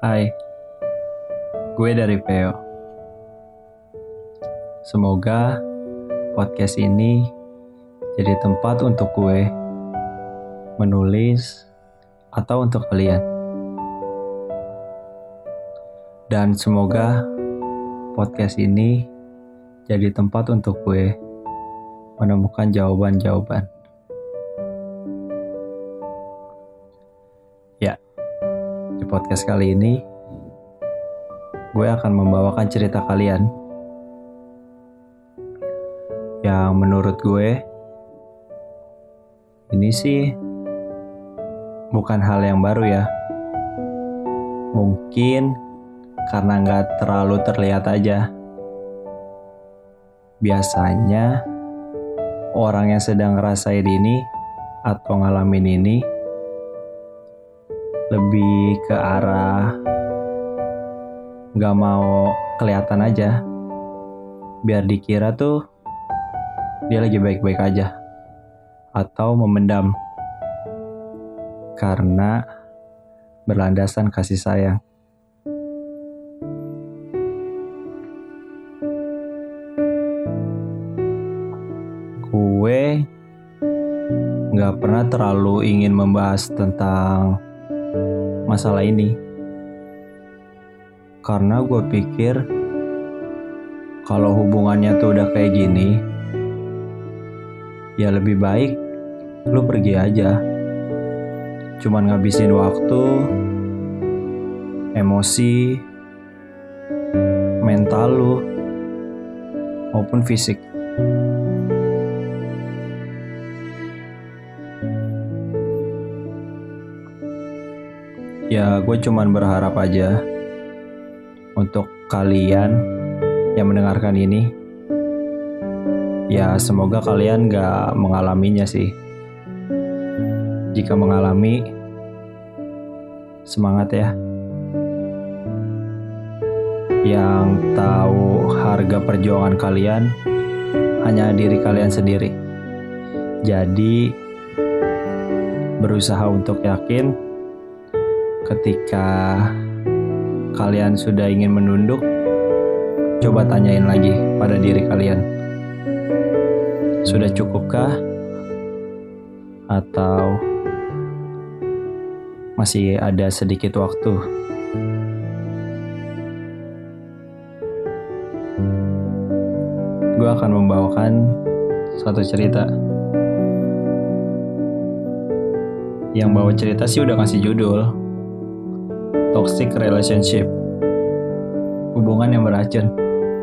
Hai, gue dari Peo. Semoga podcast ini jadi tempat untuk gue menulis atau untuk kalian. Dan semoga podcast ini jadi tempat untuk gue menemukan jawaban-jawaban. Ya, di podcast kali ini gue akan membawakan cerita kalian yang menurut gue ini sih bukan hal yang baru ya. Mungkin karena gak terlalu terlihat aja. Biasanya orang yang sedang ngerasain ini atau ngalamin ini lebih ke arah gak mau kelihatan aja, biar dikira tuh dia lagi baik-baik aja, atau memendam karena berlandasan kasih sayang. Gue gak pernah terlalu ingin membahas tentang masalah ini, karena gue pikir kalau hubungannya tuh udah kayak gini, ya lebih baik lu pergi aja. Cuman ngabisin waktu, emosi, mental lu, maupun fisik. Ya gue cuman berharap aja untuk kalian yang mendengarkan ini, ya semoga kalian gak mengalaminya sih. Jika mengalami, semangat ya. Yang tahu harga perjuangan kalian hanya diri kalian sendiri. Jadi berusaha untuk yakin. Ketika kalian sudah ingin menunduk, coba tanyain lagi pada diri kalian. Sudah cukupkah? Atau masih ada sedikit waktu? Gue akan membawakan satu cerita. Yang bawa cerita sih udah kasih judul Toxic Relationship, hubungan yang beracun.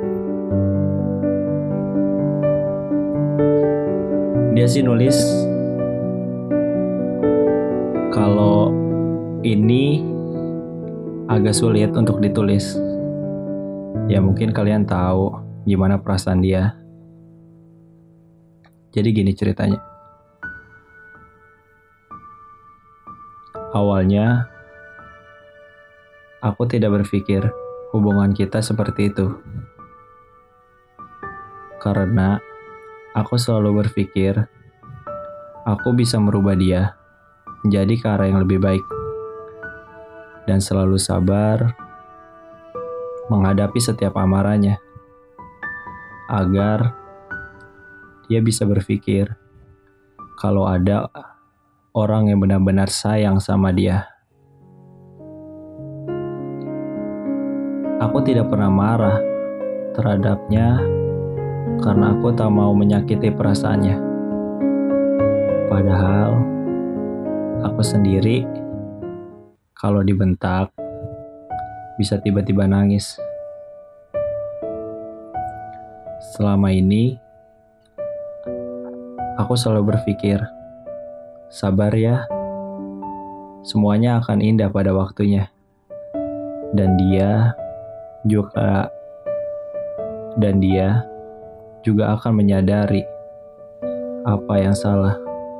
Dia sih nulis kalau ini agak sulit untuk ditulis. Ya mungkin kalian tahu gimana perasaan dia. Jadi gini ceritanya. Awalnya aku tidak berpikir hubungan kita seperti itu. Karena aku selalu berpikir aku bisa merubah dia menjadi ke arah yang lebih baik. Dan selalu sabar menghadapi setiap amarahnya. Agar dia bisa berpikir kalau ada orang yang benar-benar sayang sama dia. Aku tidak pernah marah terhadapnya karena aku tak mau menyakiti perasaannya. Padahal aku sendiri kalau dibentak bisa tiba-tiba nangis. Selama ini aku selalu berpikir, sabar ya, semuanya akan indah pada waktunya. Dan dia juga akan menyadari apa yang salah.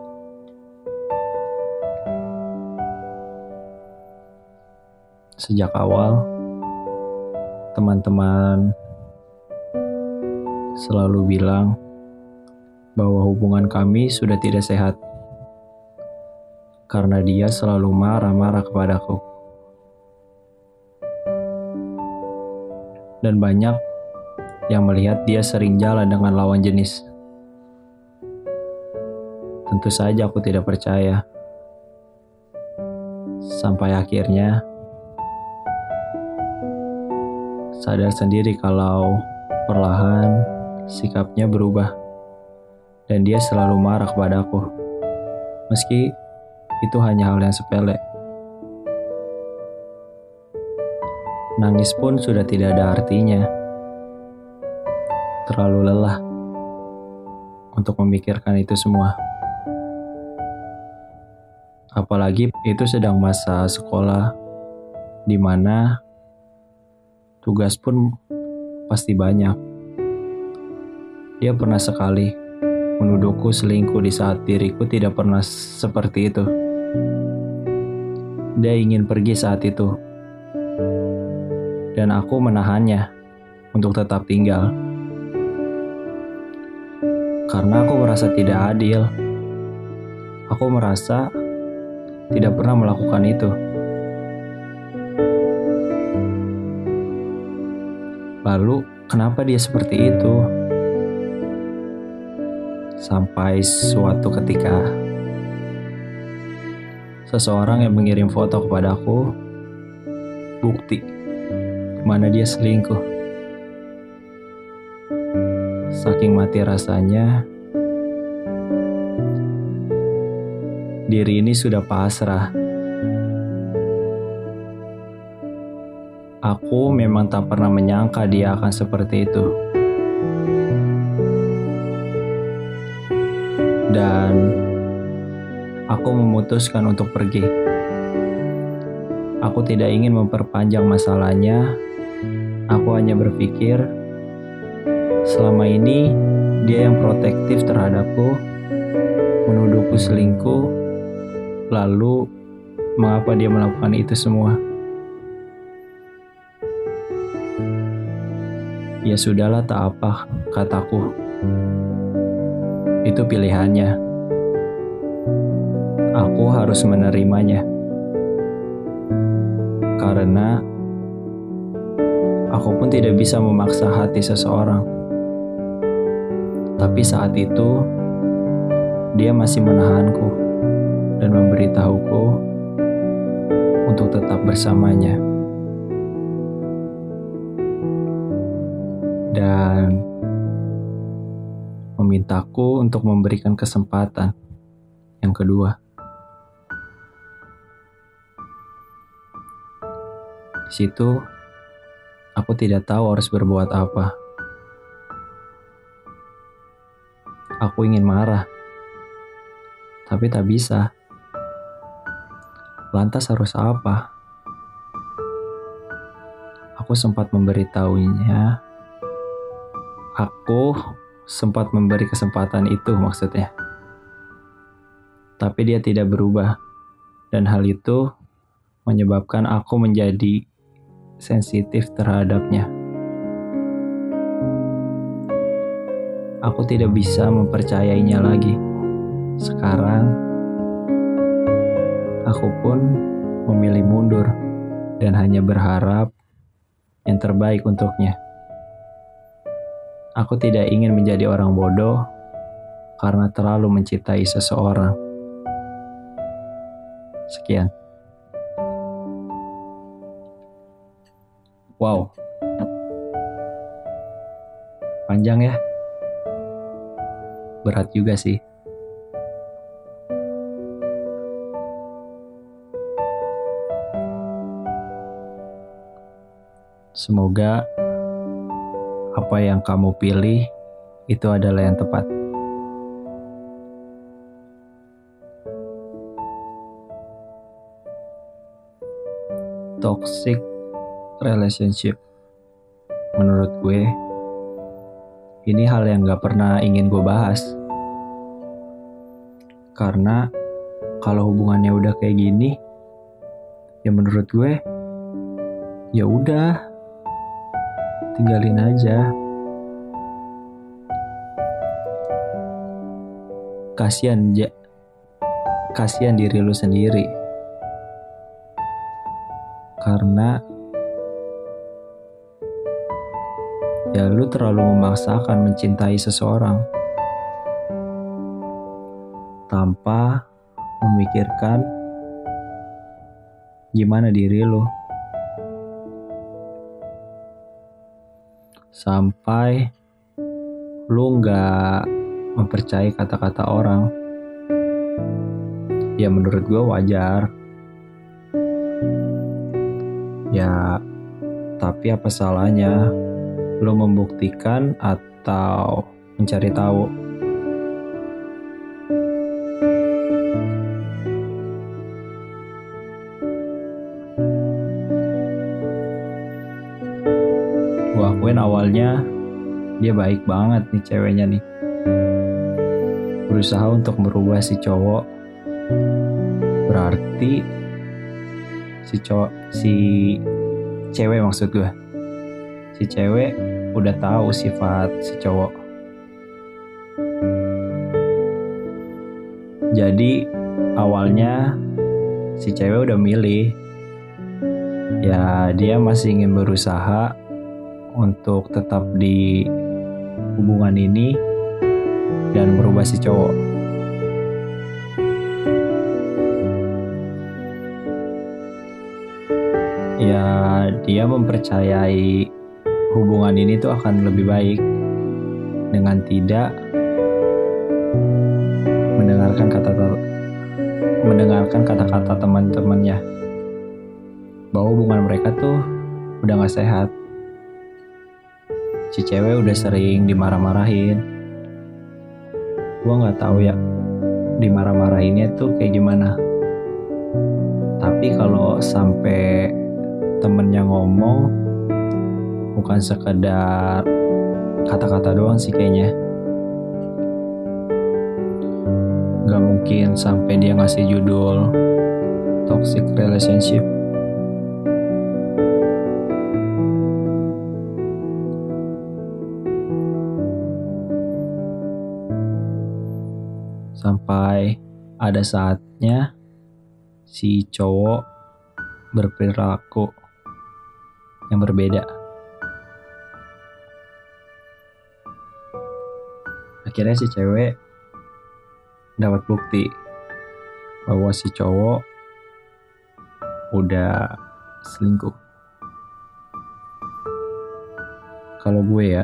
Sejak awal, teman-teman selalu bilang bahwa hubungan kami sudah tidak sehat karena dia selalu marah-marah kepadaku. dan banyak yang melihat dia sering jalan dengan lawan jenis. Tentu saja aku tidak percaya. Sampai akhirnya sadar sendiri kalau perlahan sikapnya berubah dan dia selalu marah padaku. Meski itu hanya hal yang sepele. Nangis pun sudah tidak ada artinya. Terlalu lelah untuk memikirkan itu semua. Apalagi itu sedang masa sekolah, di mana tugas pun pasti banyak. Dia pernah sekali menuduhku selingkuh di saat diriku tidak pernah seperti itu. Dia ingin pergi saat itu, dan aku menahannya untuk tetap tinggal. Karena aku merasa tidak adil. Aku merasa tidak pernah melakukan itu. Lalu, kenapa dia seperti itu? Sampai suatu ketika, seseorang yang mengirim foto kepadaku, bukti di mana dia selingkuh. Saking mati rasanya, diri ini sudah pasrah. Aku memang tak pernah menyangka dia akan seperti itu. Dan aku memutuskan untuk pergi. Aku tidak ingin memperpanjang masalahnya. Aku hanya berpikir, selama ini dia yang protektif terhadapku, menuduhku selingkuh, lalu mengapa dia melakukan itu semua? Ya sudahlah, tak apa, kataku. Itu pilihannya. Aku harus menerimanya. Karena aku pun tidak bisa memaksa hati seseorang. Tapi saat itu, dia masih menahanku dan memberitahuku untuk tetap bersamanya. Dan memintaku untuk memberikan kesempatan yang kedua. Di situ, aku tidak tahu harus berbuat apa. Aku ingin marah, tapi tak bisa. Lantas harus apa? Aku sempat memberitahunya. Aku sempat memberi kesempatan itu maksudnya. Tapi dia tidak berubah. Dan hal itu menyebabkan aku menjadi sensitif terhadapnya. Aku tidak bisa mempercayainya lagi. Sekarang, aku pun memilih mundur dan hanya berharap yang terbaik untuknya. Aku tidak ingin menjadi orang bodoh karena terlalu mencintai seseorang. Sekian. Wow. Panjang ya? Berat juga sih. Semoga apa yang kamu pilih itu adalah yang tepat. Toxic relationship, menurut gue, ini hal yang gak pernah ingin gue bahas. Karena kalau hubungannya udah kayak gini, ya menurut gue, ya udah, tinggalin aja. Kasian diri lu sendiri. Karena ya lu terlalu memaksakan mencintai seseorang tanpa memikirkan gimana diri lu. Sampai lu gak mempercayai kata-kata orang. Ya menurut gue wajar. Ya tapi apa salahnya lu membuktikan atau mencari tahu. Gue akuin awalnya dia baik banget nih ceweknya nih. Berusaha untuk merubah si cowok. Berarti si cewek maksud gue. Si cewek udah tahu sifat si cowok. Jadi awalnya si cewek udah milih. Ya dia masih ingin berusaha untuk tetap di hubungan ini dan merubah si cowok. Ya dia mempercayai hubungan ini tuh akan lebih baik dengan tidak mendengarkan kata-kata teman-temannya bahwa hubungan mereka tuh udah gak sehat. Si cewek udah sering dimarah-marahin. Gua gak tahu ya dimarah-marahinnya tuh kayak gimana. Tapi kalau sampai temennya ngomong, bukan sekedar kata-kata doang sih kayaknya. Gak mungkin sampai dia ngasih judul toxic relationship. Sampai ada saatnya si cowok berperilaku yang berbeda. Akhirnya si cewek dapat bukti bahwa si cowok udah selingkuh. Kalau gue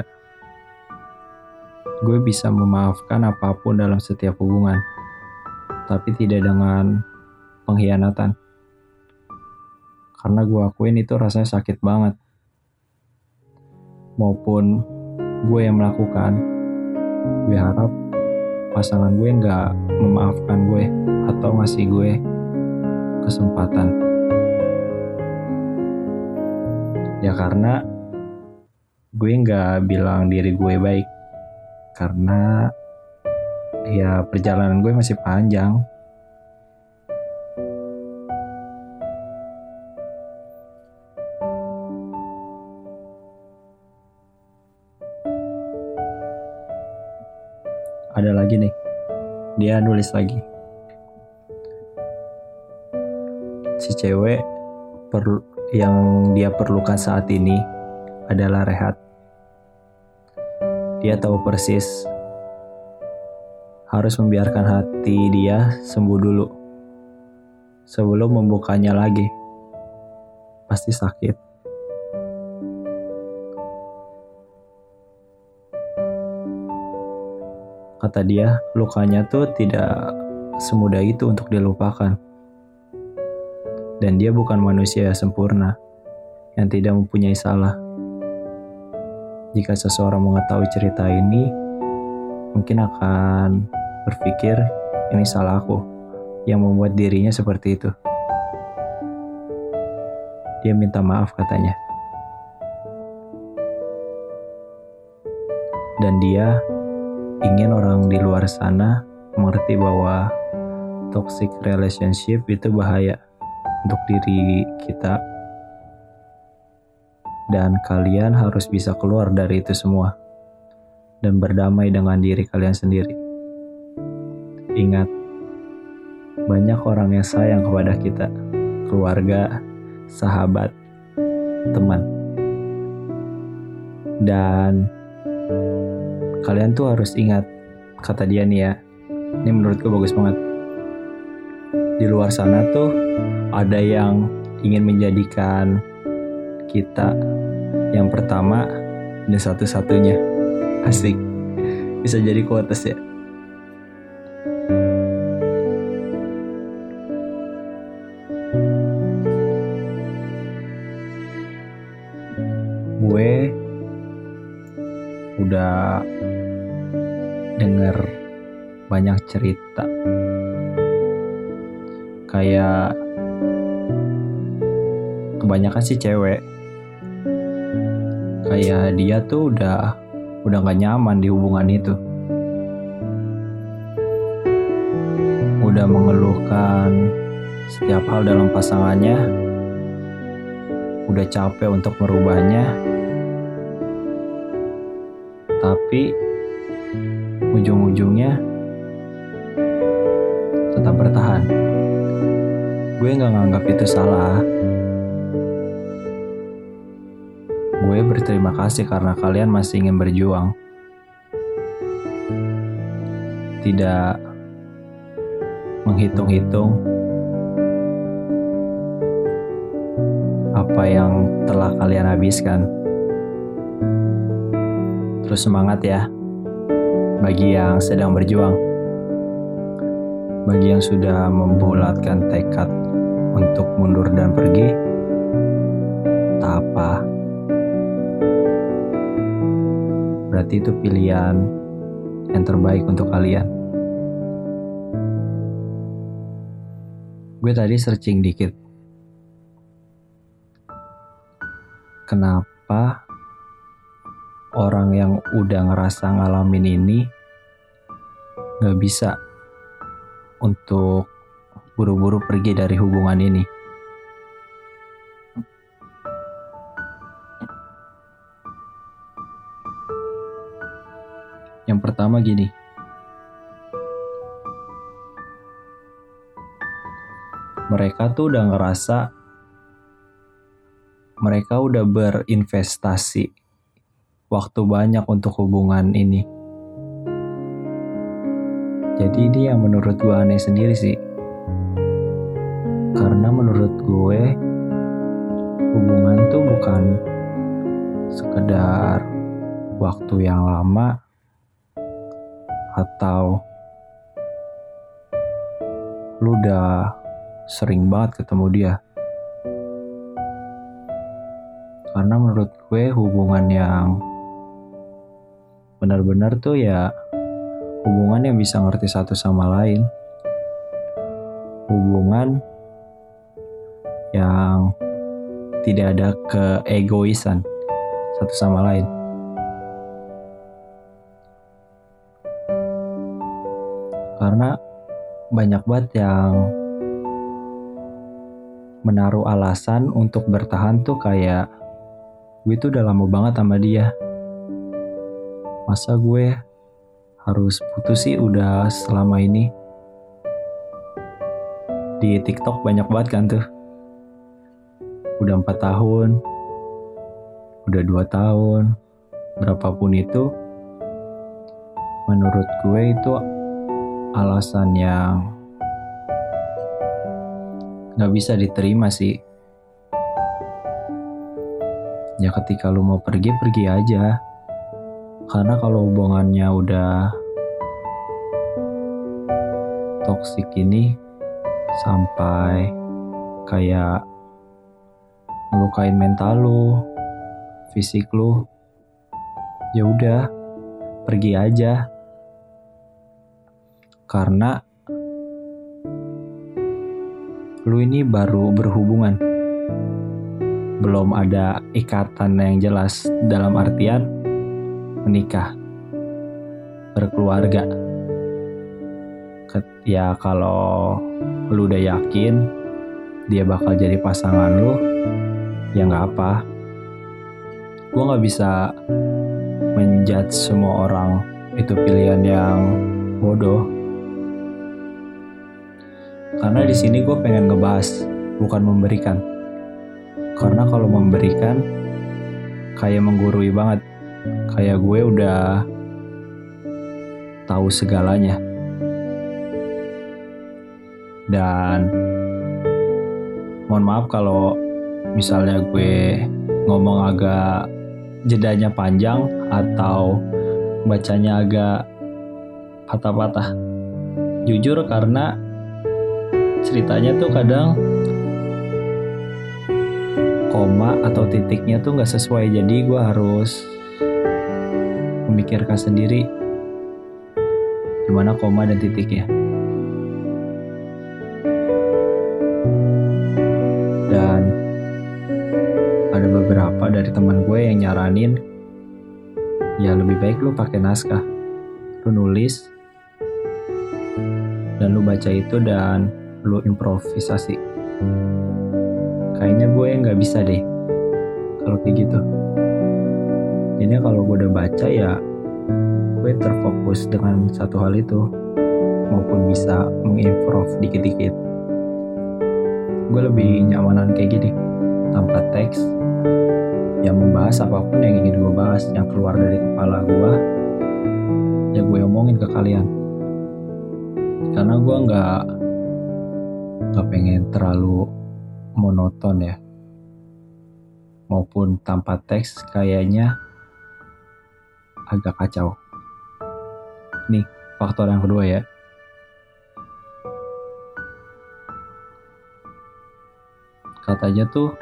bisa memaafkan apapun dalam setiap hubungan, tapi tidak dengan pengkhianatan. Karena gue akuin itu rasanya sakit banget. Maupun gue yang melakukan, gue harap pasangan gue gak memaafkan gue atau ngasih gue kesempatan. Ya karena gue gak bilang diri gue baik, karena ya perjalanan gue masih panjang. Ada lagi nih, dia nulis lagi. Si cewek yang dia perlukan saat ini adalah rehat. Dia tahu persis harus membiarkan hati dia sembuh dulu sebelum membukanya lagi. Pasti sakit. Kata dia, lukanya tuh tidak semudah itu untuk dilupakan. Dan dia bukan manusia yang sempurna, yang tidak mempunyai salah. Jika seseorang mengetahui cerita ini, mungkin akan berpikir, ini salah aku, yang membuat dirinya seperti itu. Dia minta maaf katanya. Dan dia ingin orang di luar sana mengerti bahwa toxic relationship itu bahaya untuk diri kita. Dan kalian harus bisa keluar dari itu semua dan berdamai dengan diri kalian sendiri. Ingat, banyak orang yang sayang kepada kita, keluarga, sahabat, teman. Dan kalian tuh harus ingat, kata dia nih ya, ini menurutku bagus banget. Di luar sana tuh ada yang ingin menjadikan kita yang pertama dan satu-satunya. Asik, bisa jadi quotes ya. Gue udah denger banyak cerita kayak kebanyakan sih cewek, kayak dia tuh udah gak nyaman di hubungan itu, udah mengeluhkan setiap hal dalam pasangannya, udah capek untuk merubahnya, tapi ujung-ujungnya tetap bertahan. Gue gak nganggap itu salah. Gue berterima kasih karena kalian masih ingin berjuang. Tidak menghitung-hitung apa yang telah kalian habiskan. Terus semangat ya bagi yang sedang berjuang, bagi yang sudah membulatkan tekad untuk mundur dan pergi. Tak apa, berarti itu pilihan yang terbaik untuk kalian. Gue tadi searching dikit, kenapa orang yang udah ngerasa ngalamin ini gak bisa untuk buru-buru pergi dari hubungan ini. Yang pertama gini, mereka tuh udah ngerasa mereka udah berinvestasi waktu banyak untuk hubungan ini. Jadi ini yang menurut gue aneh sendiri sih. Karena menurut gue hubungan tuh bukan sekedar waktu yang lama atau lu udah sering banget ketemu dia. Karena menurut gue hubungan yang benar-benar tuh ya hubungan yang bisa ngerti satu sama lain. Hubungan yang tidak ada keegoisan satu sama lain. Karena banyak banget yang menaruh alasan untuk bertahan tuh kayak gue tuh udah lama banget sama dia. Masa gue harus putus sih udah selama ini? Di TikTok banyak banget kan tuh. Udah 4 tahun, udah 2 tahun, berapapun itu, menurut gue itu alasan yang gak bisa diterima sih. Ya ketika lu mau pergi, pergi aja. Karena kalau hubungannya udah toksik ini sampai kayak ngelukain mental lu, fisik lu, ya udah pergi aja. Karena lu ini baru berhubungan, belum ada ikatan yang jelas dalam artian menikah, berkeluarga. Ya kalau lu udah yakin dia bakal jadi pasangan lu, ya gak apa. Gue gak bisa menjudge semua orang itu pilihan yang bodoh. Karena di sini gue pengen ngebahas, bukan memberikan. Karena kalau memberikan kayak menggurui banget. kayak gue udah tahu segalanya. Dan mohon maaf kalau misalnya gue ngomong agak jedanya panjang atau bacanya agak patah-patah. Jujur karena ceritanya tuh kadang koma atau titiknya tuh gak sesuai, jadi gue harus memikirkan sendiri gimana koma dan titiknya. Dan ada beberapa dari teman gue yang nyaranin, ya lebih baik lu pakai naskah, lu nulis dan lu baca itu dan lu improvisasi. Kayaknya gue nggak bisa deh kalau kayak gitu. Jadi kalau gue udah baca ya gue terfokus dengan satu hal itu, maupun bisa mengimprov dikit-dikit. Gue lebih nyamanan kayak gini, tanpa teks, yang membahas apapun yang ingin gue bahas, yang keluar dari kepala gue, ya gue omongin ke kalian. Karena gue nggak pengen terlalu monoton ya, maupun tanpa teks kayaknya agak kacau. Nih faktor yang kedua ya, katanya tuh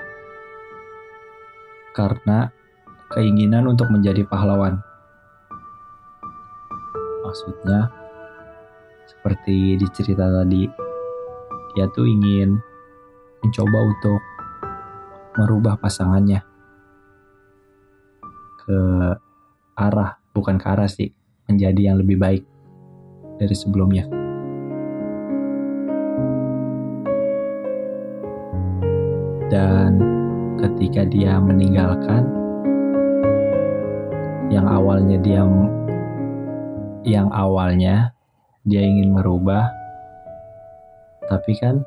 karena keinginan untuk menjadi pahlawan. Maksudnya seperti di cerita tadi, dia tuh ingin mencoba untuk merubah pasangannya ke arah, bukan ke arah sih, menjadi yang lebih baik dari sebelumnya. Dan ketika dia meninggalkan yang awalnya dia ingin merubah, tapi kan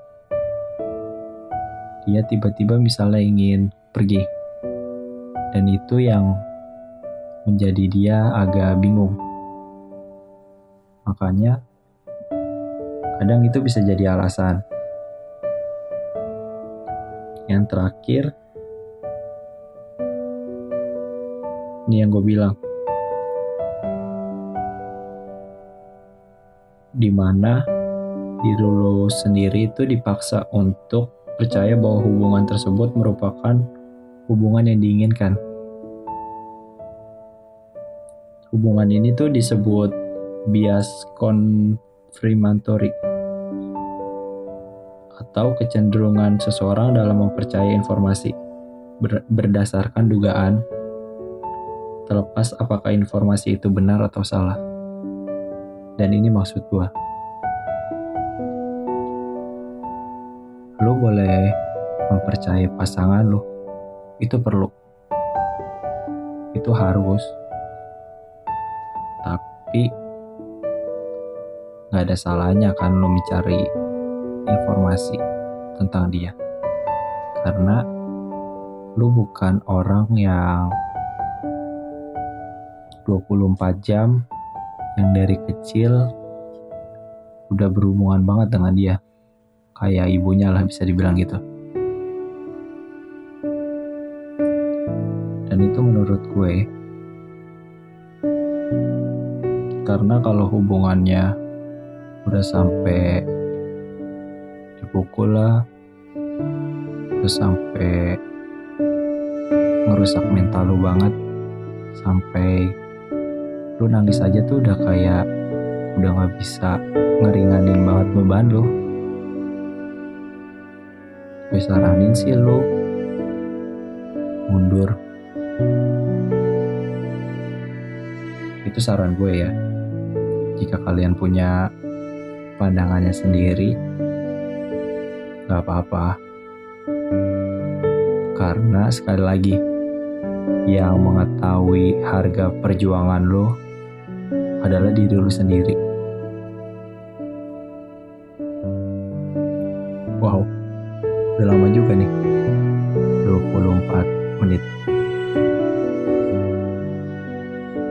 dia tiba-tiba misalnya ingin pergi, dan itu yang menjadi dia agak bingung. Makanya kadang itu bisa jadi alasan. Yang terakhir, ini yang gue bilang, dimana diri lo sendiri itu dipaksa untuk percaya bahwa hubungan tersebut merupakan hubungan yang diinginkan. Hubungan ini tuh disebut bias confirmatory, atau kecenderungan seseorang dalam mempercayai informasi berdasarkan dugaan, terlepas apakah informasi itu benar atau salah. Dan ini maksud gua, lu boleh mempercayai pasangan lu, itu perlu, itu harus, tapi gak ada salahnya kan lu mencari informasi tentang dia, karena lu bukan orang yang 24 jam yang dari kecil udah berhubungan banget dengan dia, kayak ibunya lah bisa dibilang gitu. Dan itu menurut gue, karena kalau hubungannya udah sampai dipukul lah, terus sampai ngerusak mental lu banget, sampai lu nangis aja tuh udah kayak udah gak bisa ngeringanin banget beban lu. Gue saranin sih lu mundur. Itu saran gue ya. Jika kalian punya pandangannya sendiri, gak apa-apa. Karena sekali lagi, yang mengetahui harga perjuangan lo adalah diri lu sendiri. Wow, udah lama juga nih, 24 menit.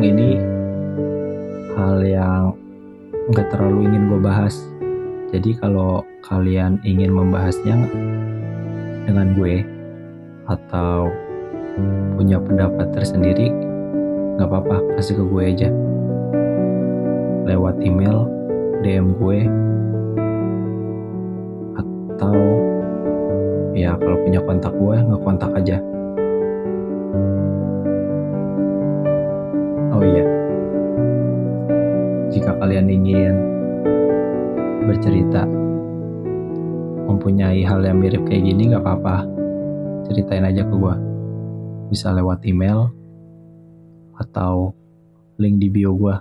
Emang ini hal yang gak terlalu ingin gue bahas. Jadi kalau kalian ingin membahasnya dengan gue atau punya pendapat tersendiri, gak apa-apa, kasih ke gue aja lewat email, DM gue, atau ya kalau punya kontak gue, ngekontak aja. Oh iya, jika kalian ingin bercerita, mempunyai hal yang mirip kayak gini, gak apa-apa, ceritain aja ke gue. Bisa lewat email atau link di bio gue.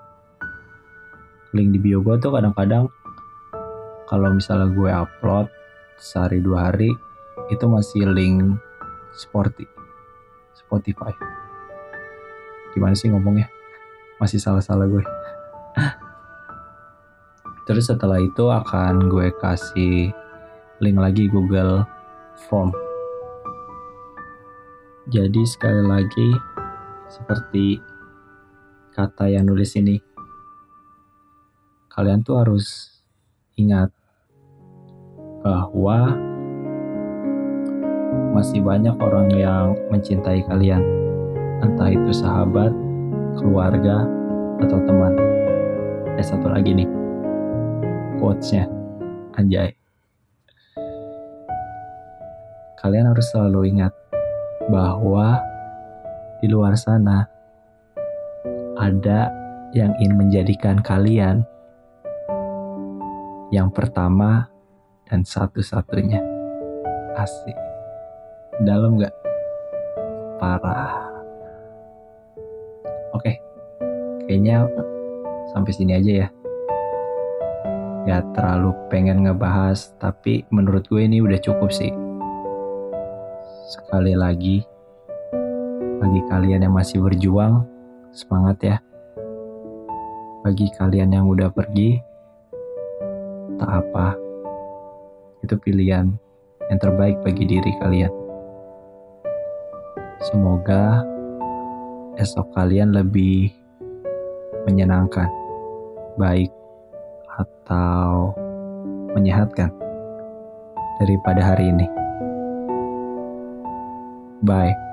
Link di bio gue tuh kadang-kadang kalau misalnya gue upload sehari 2 hari, itu masih link Spotify. Gimana sih ngomongnya? Masih salah-salah gue. Terus setelah itu akan gue kasih link lagi Google Form. Jadi sekali lagi, seperti kata yang nulis ini, kalian tuh harus ingat bahwa masih banyak orang yang mencintai kalian, entah itu sahabat, keluarga, atau teman. Satu lagi nih, quotes-nya, anjay. Kalian harus selalu ingat bahwa di luar sana ada yang ingin menjadikan kalian yang pertama dan satu-satunya. Asik. Dalam gak? Parah. Oke, kayaknya sampai sini aja ya. Gak terlalu pengen ngebahas, tapi menurut gue ini udah cukup sih. Sekali lagi, bagi kalian yang masih berjuang, semangat ya. Bagi kalian yang udah pergi, tak apa, itu pilihan yang terbaik bagi diri kalian. Semoga esok kalian lebih menyenangkan, baik atau menyehatkan daripada hari ini. Bye.